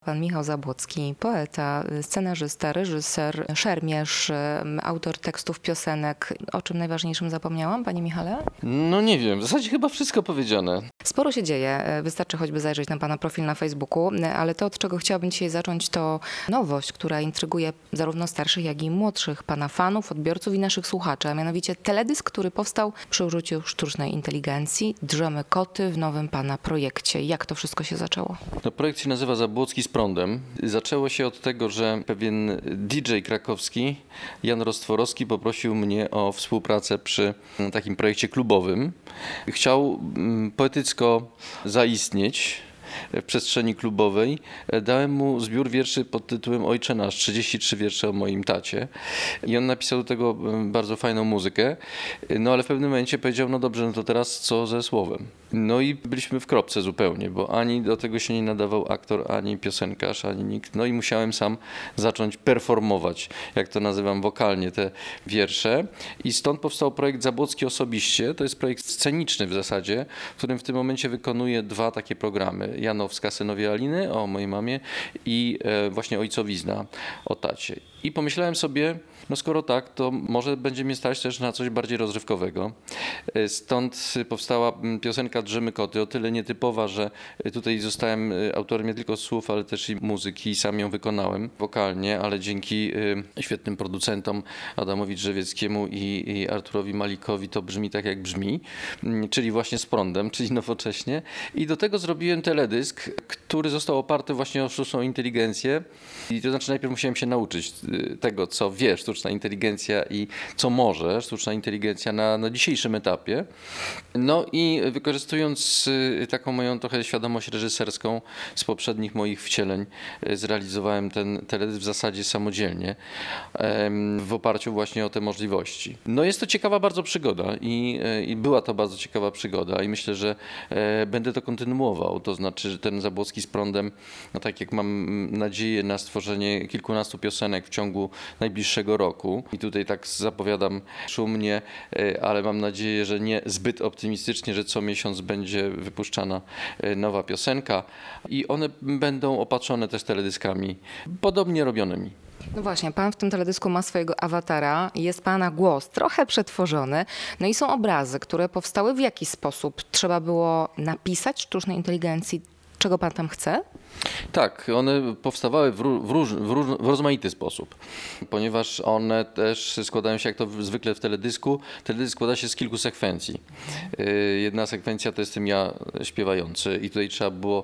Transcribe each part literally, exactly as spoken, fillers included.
Pan Michał Zabłocki, poeta, scenarzysta, reżyser, szermierz, autor tekstów piosenek. O czym najważniejszym zapomniałam, panie Michale? No nie wiem, w zasadzie chyba wszystko powiedziane. Sporo się dzieje, wystarczy choćby zajrzeć na pana profil na Facebooku, ale to, od czego chciałabym dzisiaj zacząć, to nowość, która intryguje zarówno starszych, jak i młodszych pana fanów, odbiorców i naszych słuchaczy, a mianowicie teledysk, który powstał przy użyciu sztucznej inteligencji. Drzemy koty w nowym pana projekcie. Jak to wszystko się zaczęło? No, projekt się nazywa Zabłocki z prądem. Zaczęło się od tego, że pewien D J krakowski, Jan Rostworowski, poprosił mnie o współpracę przy takim projekcie klubowym. Chciał poetycko zaistnieć w przestrzeni klubowej. Dałem mu zbiór wierszy pod tytułem Ojcze Nasz, trzydzieści trzy wiersze o moim tacie. I on napisał do tego bardzo fajną muzykę. No ale w pewnym momencie powiedział, no dobrze, no to teraz co ze słowem? No i byliśmy w kropce zupełnie, bo ani do tego się nie nadawał aktor, ani piosenkarz, ani nikt. No i musiałem sam zacząć performować, jak to nazywam wokalnie, te wiersze. I stąd powstał projekt Zabłocki osobiście. To jest projekt sceniczny w zasadzie, w którym w tym momencie wykonuję dwa takie programy. Janowska, synowie Aliny, o mojej mamie, i właśnie Ojcowizna, o tacie. I pomyślałem sobie, no skoro tak, to może będzie mnie stać też na coś bardziej rozrywkowego. Stąd powstała piosenka Drzemy koty, o tyle nietypowa, że tutaj zostałem autorem nie tylko słów, ale też i muzyki i sam ją wykonałem wokalnie, ale dzięki świetnym producentom Adamowi Drzewieckiemu i, i Arturowi Malikowi to brzmi tak jak brzmi, czyli właśnie z prądem, czyli nowocześnie. I do tego zrobiłem teledysk, który został oparty właśnie o sztuczną inteligencję. I to znaczy najpierw musiałem się nauczyć tego, co wie sztuczna inteligencja i co może sztuczna inteligencja na, na dzisiejszym etapie. No i wykorzystując taką moją trochę świadomość reżyserską z poprzednich moich wcieleń, zrealizowałem ten teledysk w zasadzie samodzielnie, w oparciu właśnie o te możliwości. No jest to ciekawa bardzo przygoda i, i była to bardzo ciekawa przygoda i myślę, że będę to kontynuował. To znaczy, że ten Zabłocki z prądem, no tak jak mam nadzieję na stworzenie kilkunastu piosenek w ciągu najbliższego roku. I tutaj tak zapowiadam szumnie, ale mam nadzieję, że nie zbyt optymistycznie, że co miesiąc będzie wypuszczana nowa piosenka i one będą opatrzone też teledyskami podobnie robionymi. No właśnie, pan w tym teledysku ma swojego awatara, jest pana głos trochę przetworzony, no i są obrazy, które powstały w jaki sposób? Trzeba było napisać sztucznej inteligencji, czego pan tam chce? Tak, one powstawały w, ró- w, róż- w, róż- w rozmaity sposób, ponieważ one też składają się, jak to w- zwykle w teledysku, teledysk składa się z kilku sekwencji. Yy, Jedna sekwencja to jestem ja śpiewający i tutaj trzeba było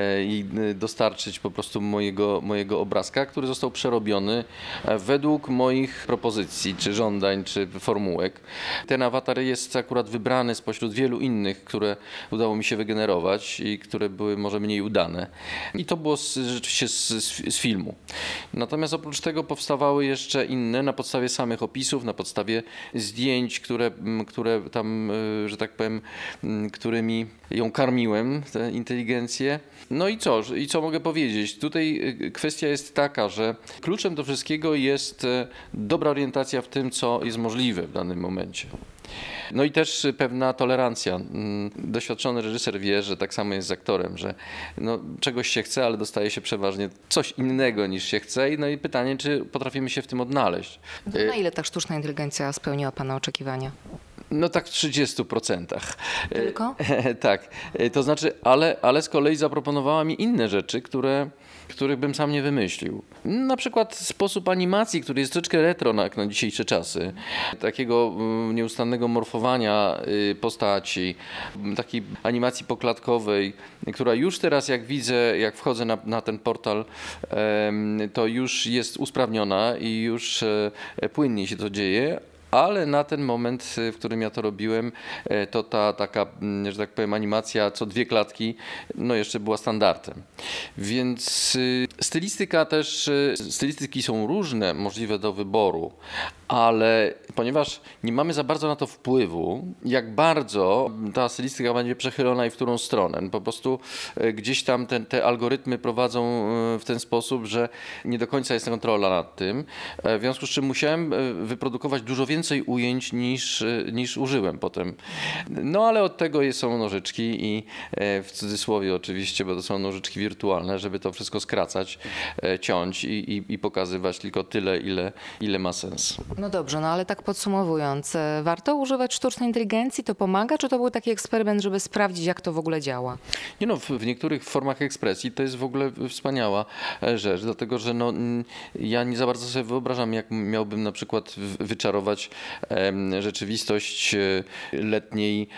yy, dostarczyć po prostu mojego, mojego obrazka, który został przerobiony według moich propozycji, czy żądań, czy formułek. Ten awatar jest akurat wybrany spośród wielu innych, które udało mi się wygenerować i które były może mniej udane. I to było z, rzeczywiście z, z, z filmu. Natomiast oprócz tego powstawały jeszcze inne na podstawie samych opisów, na podstawie zdjęć, które, które tam, że tak powiem, którymi ją karmiłem, tę inteligencję. No i co? I co mogę powiedzieć? Tutaj kwestia jest taka, że kluczem do wszystkiego jest dobra orientacja w tym, co jest możliwe w danym momencie. No i też pewna tolerancja. Doświadczony reżyser wie, że tak samo jest z aktorem, że no, czegoś się chce, ale dostaje się przeważnie coś innego niż się chce. No i pytanie, czy potrafimy się w tym odnaleźć. No na ile ta sztuczna inteligencja spełniła pana oczekiwania? No tak w trzydziestu procentach. Tylko? Tak, to znaczy, ale, ale z kolei zaproponowała mi inne rzeczy, które, których bym sam nie wymyślił. Na przykład sposób animacji, który jest troszeczkę retro na, jak na dzisiejsze czasy. Takiego nieustannego morfowania postaci, takiej animacji poklatkowej, która już teraz jak widzę, jak wchodzę na, na ten portal, to już jest usprawniona i już płynnie się to dzieje. Ale na ten moment, w którym ja to robiłem, to ta taka, że tak powiem, animacja co dwie klatki, no jeszcze była standardem. Więc stylistyka też, stylistyki są różne, możliwe do wyboru, ale ponieważ nie mamy za bardzo na to wpływu, jak bardzo ta stylistyka będzie przechylona i w którą stronę. Po prostu e, gdzieś tam ten, te algorytmy prowadzą e, w ten sposób, że nie do końca jest kontrola nad tym, e, w związku z czym musiałem e, wyprodukować dużo więcej ujęć niż, e, niż użyłem potem. No ale od tego są nożyczki i e, w cudzysłowie oczywiście, bo to są nożyczki wirtualne, żeby to wszystko skracać, e, ciąć i, i, i pokazywać tylko tyle, ile, ile ma sens. No dobrze, no ale tak podsumowując, e, warto używać sztucznej inteligencji? To pomaga, czy to był taki eksperyment, żeby sprawdzić, jak to w ogóle działa? Nie no, w, w niektórych formach ekspresji to jest w ogóle wspaniała e, rzecz, dlatego że no, mm, ja nie za bardzo sobie wyobrażam, jak miałbym na przykład w- wyczarować em, rzeczywistość e, letniej,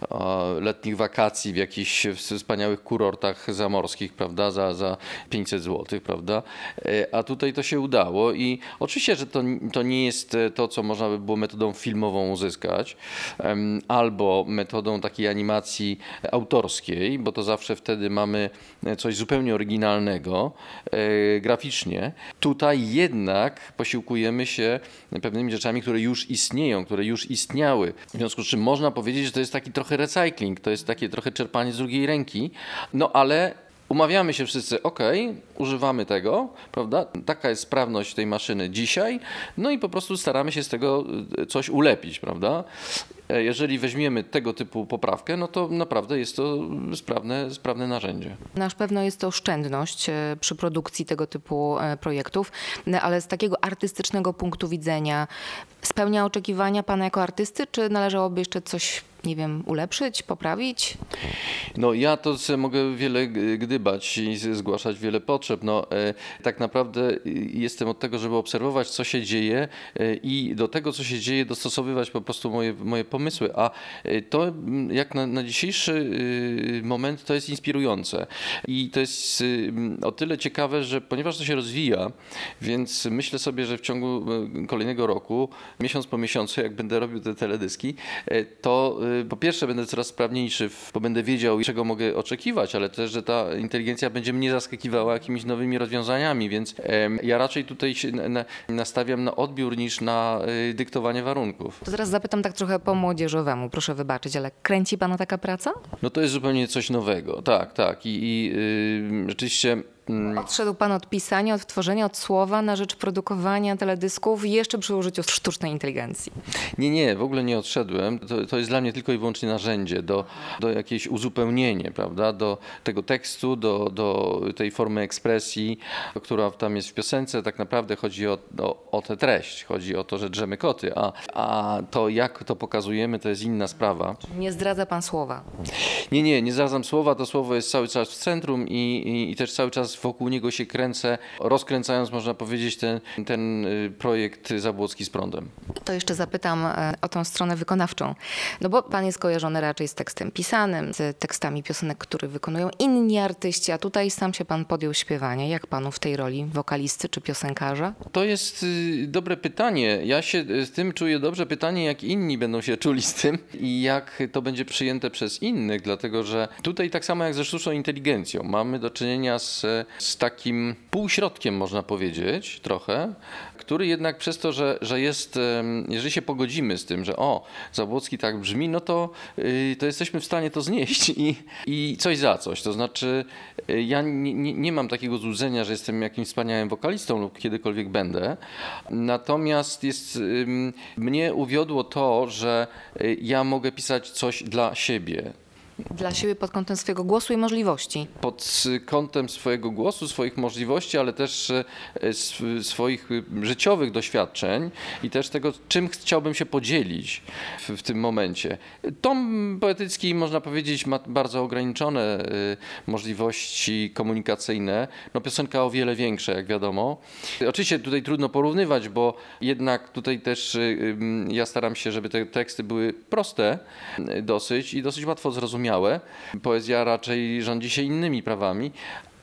e, letnich wakacji w jakichś wspaniałych kurortach zamorskich, prawda, za, za pięćset złotych, prawda, E, a tutaj to się udało i oczywiście, że to, to nie jest e, to, co można by było metodą filmową uzyskać, em, albo metodą takiej animacji autorskiej, bo to zawsze wtedy mamy coś zupełnie oryginalnego e, graficznie. Tutaj jednak posiłkujemy się pewnymi rzeczami, które już istnieją, które już istniały. W związku z czym można powiedzieć, że to jest taki trochę recycling, to jest takie trochę czerpanie z drugiej ręki, no ale umawiamy się wszyscy, ok, używamy tego, prawda? Taka jest sprawność tej maszyny dzisiaj, no i po prostu staramy się z tego coś ulepić, prawda? Jeżeli weźmiemy tego typu poprawkę, no to naprawdę jest to sprawne, sprawne narzędzie. Na pewno jest to oszczędność e, przy produkcji tego typu e, projektów, no, ale z takiego artystycznego punktu widzenia spełnia oczekiwania pana jako artysty, czy należałoby jeszcze coś, nie wiem, ulepszyć, poprawić? No ja to sobie mogę wiele g- gdybać i z- zgłaszać wiele potrzeb. No, e, tak naprawdę y, jestem od tego, żeby obserwować, co się dzieje e, i do tego, co się dzieje, dostosowywać po prostu moje, moje pomysły. A e, to mm, jak na, na dzisiejszy y, moment to jest inspirujące. I to jest y, o tyle ciekawe, że ponieważ to się rozwija, więc myślę sobie, że w ciągu y, kolejnego roku, miesiąc po miesiącu, jak będę robił te teledyski, e, to y, po pierwsze będę coraz sprawniejszy, w- bo będę wiedział, czego mogę oczekiwać, ale też, że ta inteligencja będzie mnie zaskakiwała jakimiś nowymi rozwiązaniami, więc em, ja raczej tutaj się na, na, nastawiam na odbiór niż na y, dyktowanie warunków. To teraz zapytam tak trochę po młodzieżowemu, proszę wybaczyć, ale kręci pana taka praca? No to jest zupełnie coś nowego, tak, tak i, i y, rzeczywiście... mm, Odszedł pan od pisania, od tworzenia, od słowa na rzecz produkowania teledysków i jeszcze przy użyciu sztucznej inteligencji. Nie, nie, w ogóle nie odszedłem. To, to jest dla mnie tylko i wyłącznie narzędzie do, do jakieś uzupełnienie, prawda, do tego tekstu, do, do tej formy ekspresji, która tam jest w piosence. Tak naprawdę chodzi o, o, o tę treść, chodzi o to, że drzemy koty, a, a to jak to pokazujemy, to jest inna sprawa. Nie zdradza pan słowa. Nie, nie, nie zdradzam słowa, to słowo jest cały czas w centrum i, i, i też cały czas wokół niego się kręcę, rozkręcając, można powiedzieć, ten, ten y, projekt Zabłocki z prądem. To jeszcze zapytam e, o tą stronę wykonawczą. No bo pan jest kojarzony raczej z tekstem pisanym, z tekstami piosenek, które wykonują inni artyści, a tutaj sam się pan podjął śpiewania. Jak panu w tej roli wokalisty czy piosenkarza? To jest y, dobre pytanie. Ja się z tym czuję dobrze. Pytanie, jak inni będą się czuli z tym i jak to będzie przyjęte przez innych, dlatego że tutaj tak samo jak ze sztuczną inteligencją mamy do czynienia z, z takim półśrodkiem, można powiedzieć, trochę, który jednak przez to, że, że jest, em, jeżeli się pogodzimy z tym, że o, Zabłocki tak brzmi, no to, y, to jesteśmy w stanie to znieść i, i coś za coś. To znaczy, y, ja nie, nie, nie mam takiego złudzenia, że jestem jakimś wspaniałym wokalistą lub kiedykolwiek będę. Natomiast jest, ym, mnie uwiodło to, że y, ja mogę pisać coś dla siebie. Dla siebie pod kątem swojego głosu i możliwości. Pod kątem swojego głosu, swoich możliwości, ale też e, sw- swoich e, życiowych doświadczeń i też tego, czym chciałbym się podzielić w, w tym momencie. Tom poetycki, można powiedzieć, ma bardzo ograniczone e, możliwości komunikacyjne. No, piosenka o wiele większe, jak wiadomo. Oczywiście tutaj trudno porównywać, bo jednak tutaj też e, ym, ja staram się, żeby te teksty były proste e, dosyć i dosyć łatwo zrozumiałe. Poezja raczej rządzi się innymi prawami.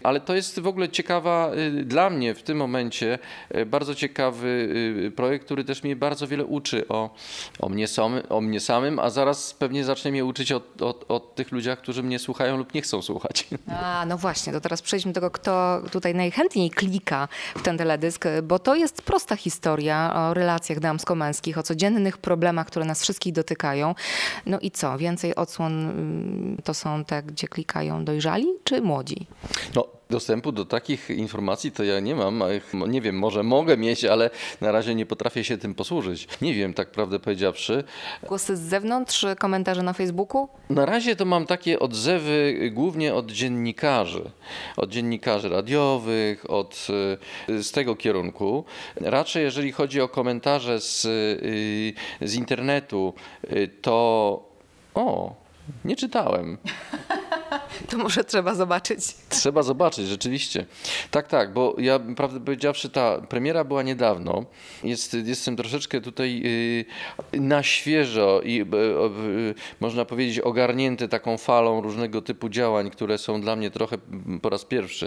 Ale to jest w ogóle ciekawa, y, dla mnie w tym momencie y, bardzo ciekawy y, projekt, który też mnie bardzo wiele uczy o, o, mnie, samym, o mnie samym, a zaraz pewnie zacznie mnie uczyć o, o, o tych ludziach, którzy mnie słuchają lub nie chcą słuchać. A, no właśnie, to teraz przejdźmy do tego, kto tutaj najchętniej klika w ten teledysk, bo to jest prosta historia o relacjach damsko-męskich, o codziennych problemach, które nas wszystkich dotykają. No i co, więcej odsłon mm, to są te, gdzie klikają dojrzali czy młodzi? No, dostępu do takich informacji to ja nie mam. Nie wiem, może mogę mieć, ale na razie nie potrafię się tym posłużyć. Nie wiem, tak prawdę powiedziawszy. Głosy z zewnątrz, komentarze na Facebooku? Na razie to mam takie odzewy głównie od dziennikarzy, od dziennikarzy radiowych, od, z tego kierunku. Raczej jeżeli chodzi o komentarze z, z internetu, to o, nie czytałem. To może trzeba zobaczyć. Trzeba zobaczyć, rzeczywiście. Tak, tak, bo ja prawdę powiedziawszy, ta premiera była niedawno. Jest, jestem troszeczkę tutaj yy, na świeżo i yy, yy, można powiedzieć ogarnięty taką falą różnego typu działań, które są dla mnie trochę po raz pierwszy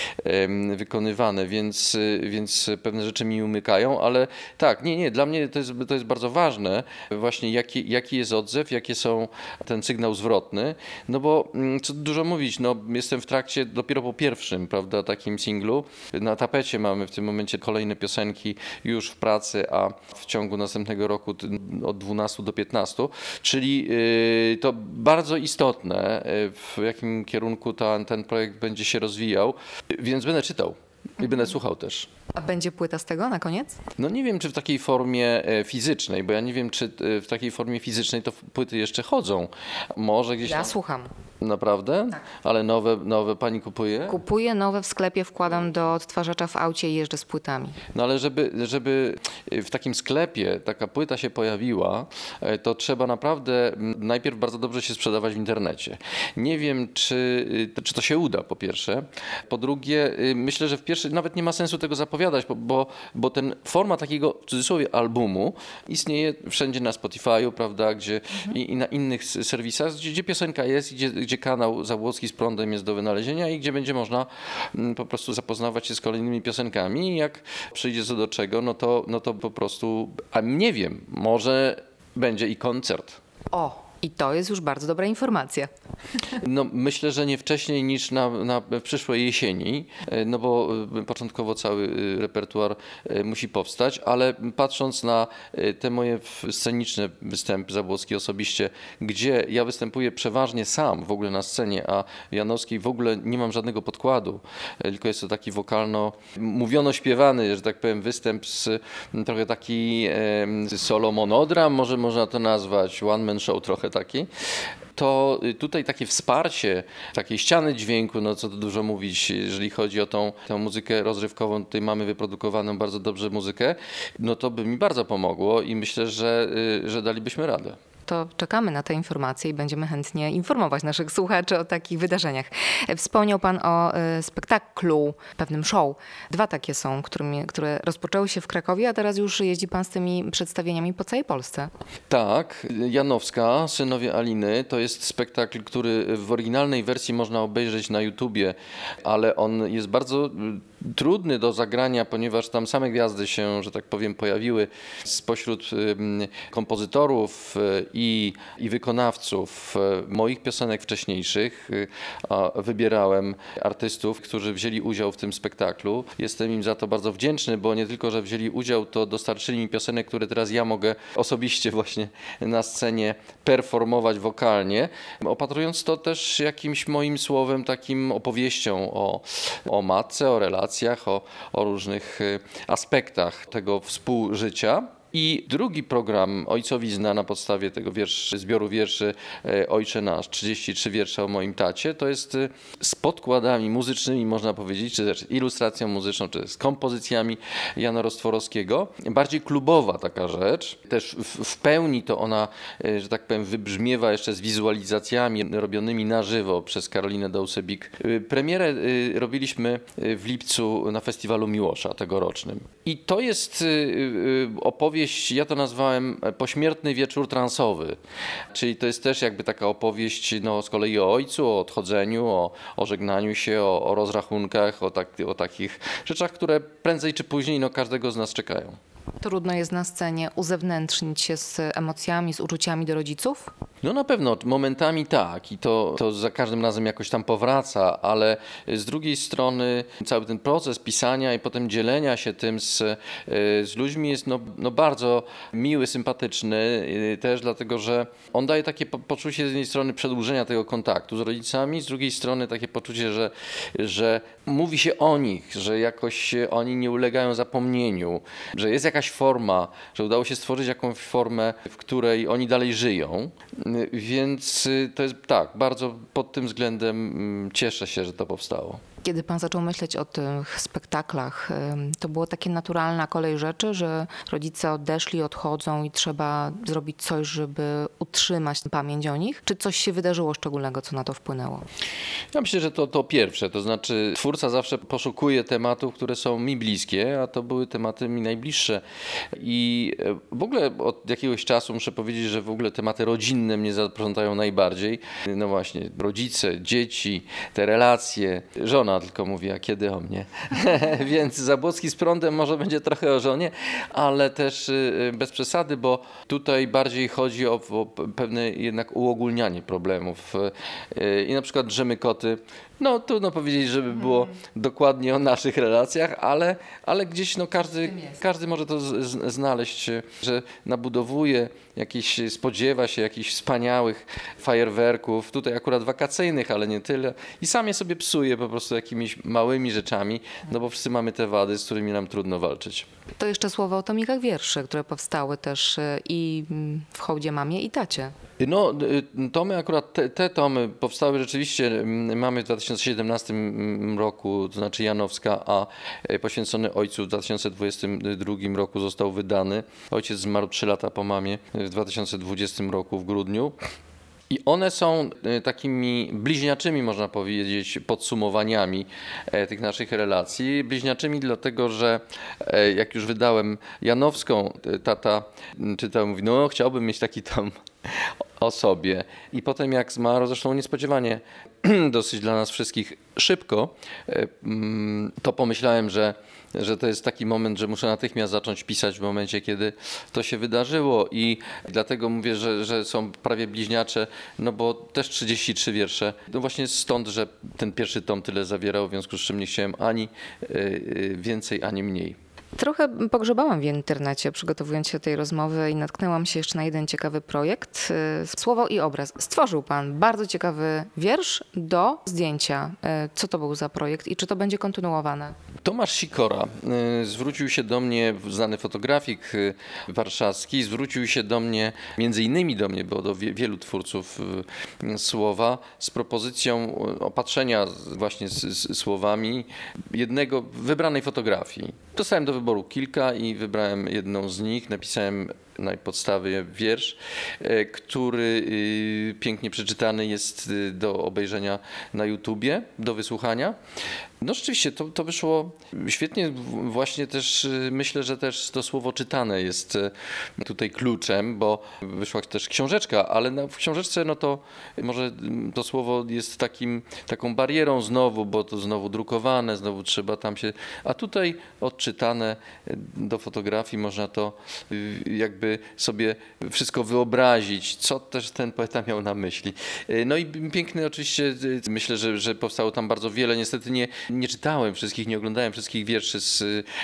yy, wykonywane, więc, yy, więc pewne rzeczy mi umykają, ale tak, nie, nie, dla mnie to jest, to jest bardzo ważne właśnie jaki, jaki jest odzew, jakie są ten sygnał zwrotny, no bo yy, co dużo mówić, no jestem w trakcie dopiero po pierwszym, prawda, takim singlu. Na tapecie mamy w tym momencie kolejne piosenki już w pracy, a w ciągu następnego roku od dwunastu do piętnastu, czyli yy, to bardzo istotne, yy, w jakim kierunku ta, ten projekt będzie się rozwijał, więc będę czytał. I będę słuchał też. A będzie płyta z tego na koniec? No nie wiem, czy w takiej formie e, fizycznej, bo ja nie wiem, czy e, w takiej formie fizycznej to płyty jeszcze chodzą. Może gdzieś Ja tam... słucham. Naprawdę? Tak. Ale nowe, nowe pani kupuje? Kupuję nowe w sklepie, wkładam do odtwarzacza w aucie i jeżdżę z płytami. No ale żeby, żeby w takim sklepie taka płyta się pojawiła, e, to trzeba naprawdę m, najpierw bardzo dobrze się sprzedawać w internecie. Nie wiem, czy, y, czy to się uda, po pierwsze. Po drugie, y, myślę, że w pierwszy nawet nie ma sensu tego zapowiadać, bo, bo, bo ten format takiego, w cudzysłowie, albumu istnieje wszędzie na Spotify'u, prawda, gdzie, mhm. i, i na innych s- serwisach, gdzie, gdzie piosenka jest i gdzie, gdzie kanał Zabłocki z prądem jest do wynalezienia i gdzie będzie można mm, po prostu zapoznawać się z kolejnymi piosenkami. I jak przyjdzie co do czego, no to, no to po prostu, a nie wiem, może będzie i koncert. O, i to jest już bardzo dobra informacja. No, myślę, że nie wcześniej niż na, na w przyszłej jesieni, no bo początkowo cały repertuar musi powstać, ale patrząc na te moje sceniczne występy Zabłocki osobiście, gdzie ja występuję przeważnie sam w ogóle na scenie, a w Janowskiej w ogóle nie mam żadnego podkładu, tylko jest to taki wokalno, mówiono-śpiewany, że tak powiem, występ z trochę taki solo monodram, może można to nazwać, one man show trochę taki. To tutaj takie wsparcie takiej ściany dźwięku, no co tu dużo mówić, jeżeli chodzi o tą, tę muzykę rozrywkową, tutaj mamy wyprodukowaną bardzo dobrze muzykę, no to by mi bardzo pomogło i myślę, że, że dalibyśmy radę. To czekamy na te informacje i będziemy chętnie informować naszych słuchaczy o takich wydarzeniach. Wspomniał Pan o y, spektaklu, pewnym show. Dwa takie są, którymi, które rozpoczęły się w Krakowie, a teraz już jeździ Pan z tymi przedstawieniami po całej Polsce. Tak, Janowska, Synowie Aliny, to jest spektakl, który w oryginalnej wersji można obejrzeć na YouTubie, ale on jest bardzo trudny do zagrania, ponieważ tam same gwiazdy się, że tak powiem, pojawiły spośród kompozytorów i, i wykonawców moich piosenek wcześniejszych. Wybierałem artystów, którzy wzięli udział w tym spektaklu. Jestem im za to bardzo wdzięczny, bo nie tylko, że wzięli udział, to dostarczyli mi piosenek, które teraz ja mogę osobiście właśnie na scenie performować wokalnie, opatrując to też jakimś moim słowem, takim opowieścią o, o matce, o relacjach, O, o różnych aspektach tego współżycia. I drugi program Ojcowizna na podstawie tego wiersz, zbioru wierszy Ojcze Nasz, trzydzieści trzy wiersze o moim tacie, to jest z podkładami muzycznymi, można powiedzieć, czy też ilustracją muzyczną, czy z kompozycjami Jana Rostworowskiego. Bardziej klubowa taka rzecz. Też w, w pełni to ona, że tak powiem, wybrzmiewa jeszcze z wizualizacjami robionymi na żywo przez Karolinę Dołsebik. Premierę robiliśmy w lipcu na festiwalu Miłosza tegorocznym. I to jest opowieść opowieść, ja to nazwałem Pośmiertny wieczór transowy, czyli to jest też jakby taka opowieść no, z kolei o ojcu, o odchodzeniu, o, o żegnaniu się, o, o rozrachunkach, o, tak, o takich rzeczach, które prędzej czy później no, każdego z nas czekają. Trudno jest na scenie uzewnętrznić się z emocjami, z uczuciami do rodziców? No na pewno, momentami tak i to, to za każdym razem jakoś tam powraca, ale z drugiej strony cały ten proces pisania i potem dzielenia się tym z, z ludźmi jest no, no bardzo miły, sympatyczny też dlatego, że on daje takie po, poczucie z jednej strony przedłużenia tego kontaktu z rodzicami, z drugiej strony takie poczucie, że, że mówi się o nich, że jakoś oni nie ulegają zapomnieniu, że jest jakaś forma, że udało się stworzyć jakąś formę, w której oni dalej żyją. Więc to jest tak, bardzo pod tym względem cieszę się, że to powstało. Kiedy pan zaczął myśleć o tych spektaklach, to było takie naturalna kolej rzeczy, że rodzice odeszli, odchodzą i trzeba zrobić coś, żeby utrzymać pamięć o nich? Czy coś się wydarzyło szczególnego, co na to wpłynęło? Ja myślę, że to, to pierwsze, to znaczy twórca zawsze poszukuje tematów, które są mi bliskie, a to były tematy mi najbliższe. I w ogóle od jakiegoś czasu muszę powiedzieć, że w ogóle tematy rodzinne mnie zaprzątają najbardziej. No właśnie, rodzice, dzieci, te relacje, żona tylko mówi, a kiedy o mnie. Więc Zabłocki z prądem może będzie trochę o żonie, ale też bez przesady, bo tutaj bardziej chodzi o, o pewne jednak uogólnianie problemów. I na przykład Drzemy koty, no trudno powiedzieć, żeby było dokładnie o naszych relacjach, ale, ale gdzieś no każdy, każdy może to z, z, znaleźć, że nabudowuje jakieś, spodziewa się jakichś wspaniałych fajerwerków, tutaj akurat wakacyjnych, ale nie tyle i sam je sobie psuje po prostu jakimiś małymi rzeczami, no bo wszyscy mamy te wady, z którymi nam trudno walczyć. To jeszcze słowo o tomikach wierszy, które powstały też i w Hołdzie mamie i tacie. No, tomy akurat, te, te tomy powstały rzeczywiście, mamy w dwa tysiące siedemnastym roku, to znaczy Janowska, a poświęcony ojcu w dwa tysiące dwudziestym drugim roku został wydany. Ojciec zmarł trzy lata po mamie w dwa tysiące dwudziestym roku w grudniu. I one są takimi bliźniaczymi, można powiedzieć, podsumowaniami tych naszych relacji. Bliźniaczymi dlatego, że jak już wydałem Janowską, tata czytał, mówi, no chciałbym mieć taki tam o sobie. I potem jak zmarł, zresztą niespodziewanie, dosyć dla nas wszystkich szybko, to pomyślałem, że, że to jest taki moment, że muszę natychmiast zacząć pisać w momencie, kiedy to się wydarzyło i dlatego mówię, że, że są prawie bliźniacze, no bo też trzydzieści trzy wiersze. No właśnie stąd, że ten pierwszy tom tyle zawierał, w związku z czym nie chciałem ani więcej, ani mniej. Trochę pogrzebałam w internecie, przygotowując się do tej rozmowy i natknęłam się jeszcze na jeden ciekawy projekt. Słowo i obraz. Stworzył pan bardzo ciekawy wiersz do zdjęcia. Co to był za projekt i czy to będzie kontynuowane? Tomasz Sikora zwrócił się do mnie, znany fotografik warszawski, zwrócił się do mnie, między innymi do mnie, bo do wielu twórców słowa, z propozycją opatrzenia właśnie z, z słowami jednego wybranej fotografii. Dostałem do wyboru kilka i wybrałem jedną z nich, napisałem na jej podstawie wiersz, który pięknie przeczytany jest do obejrzenia na YouTubie, do wysłuchania. No rzeczywiście to, to wyszło świetnie, właśnie też myślę, że też to słowo czytane jest tutaj kluczem, bo wyszła też książeczka, ale w książeczce no to może to słowo jest takim, taką barierą znowu, bo to znowu drukowane, znowu trzeba tam się, a tutaj odczytane do fotografii można to jakby sobie wszystko wyobrazić, co też ten poeta miał na myśli. No i piękny oczywiście, myślę, że, że powstało tam bardzo wiele, niestety nie Nie czytałem wszystkich, nie oglądałem wszystkich wierszy z,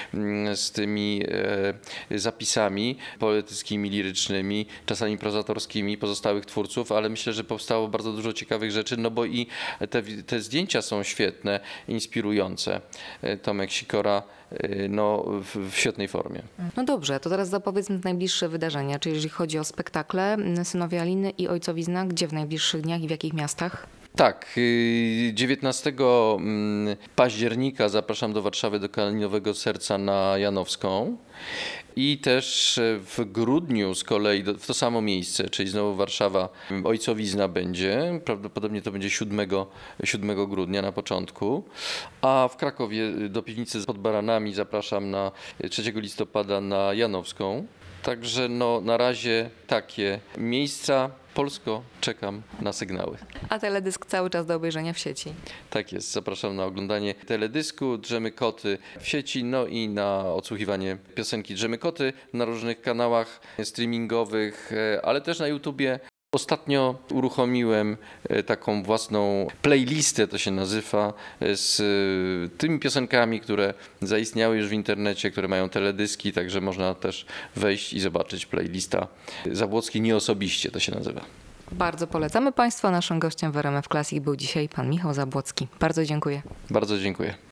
z tymi e, zapisami poetyckimi, lirycznymi, czasami prozatorskimi pozostałych twórców, ale myślę, że powstało bardzo dużo ciekawych rzeczy, no bo i te, te zdjęcia są świetne, inspirujące. Tomek Sikora no, w, w świetnej formie. No dobrze, to teraz zapowiedzmy najbliższe wydarzenia, czyli jeżeli chodzi o spektakle Synowie Aliny i Ojcowizna, gdzie w najbliższych dniach i w jakich miastach? Tak, dziewiętnastego października zapraszam do Warszawy do Kalinowego Serca na Janowską i też w grudniu z kolei w to samo miejsce, czyli znowu Warszawa, Ojcowizna będzie, prawdopodobnie to będzie siódmego grudnia na początku, a w Krakowie do Piwnicy pod Baranami zapraszam na trzeciego listopada na Janowską. Także no, na razie takie miejsca. Polsko, czekam na sygnały. A teledysk cały czas do obejrzenia w sieci. Tak jest, zapraszam na oglądanie teledysku Drzemy Koty w sieci, no i na odsłuchiwanie piosenki Drzemy Koty na różnych kanałach streamingowych, e, ale też na YouTubie. Ostatnio uruchomiłem e, taką własną playlistę, to się nazywa, e, z e, tymi piosenkami, które zaistniały już w internecie, które mają teledyski, także można też wejść i zobaczyć playlista Zabłocki nieosobiście to się nazywa. Bardzo polecamy Państwu. Naszym gościem w R M F Classic był dzisiaj pan Michał Zabłocki. Bardzo dziękuję. Bardzo dziękuję.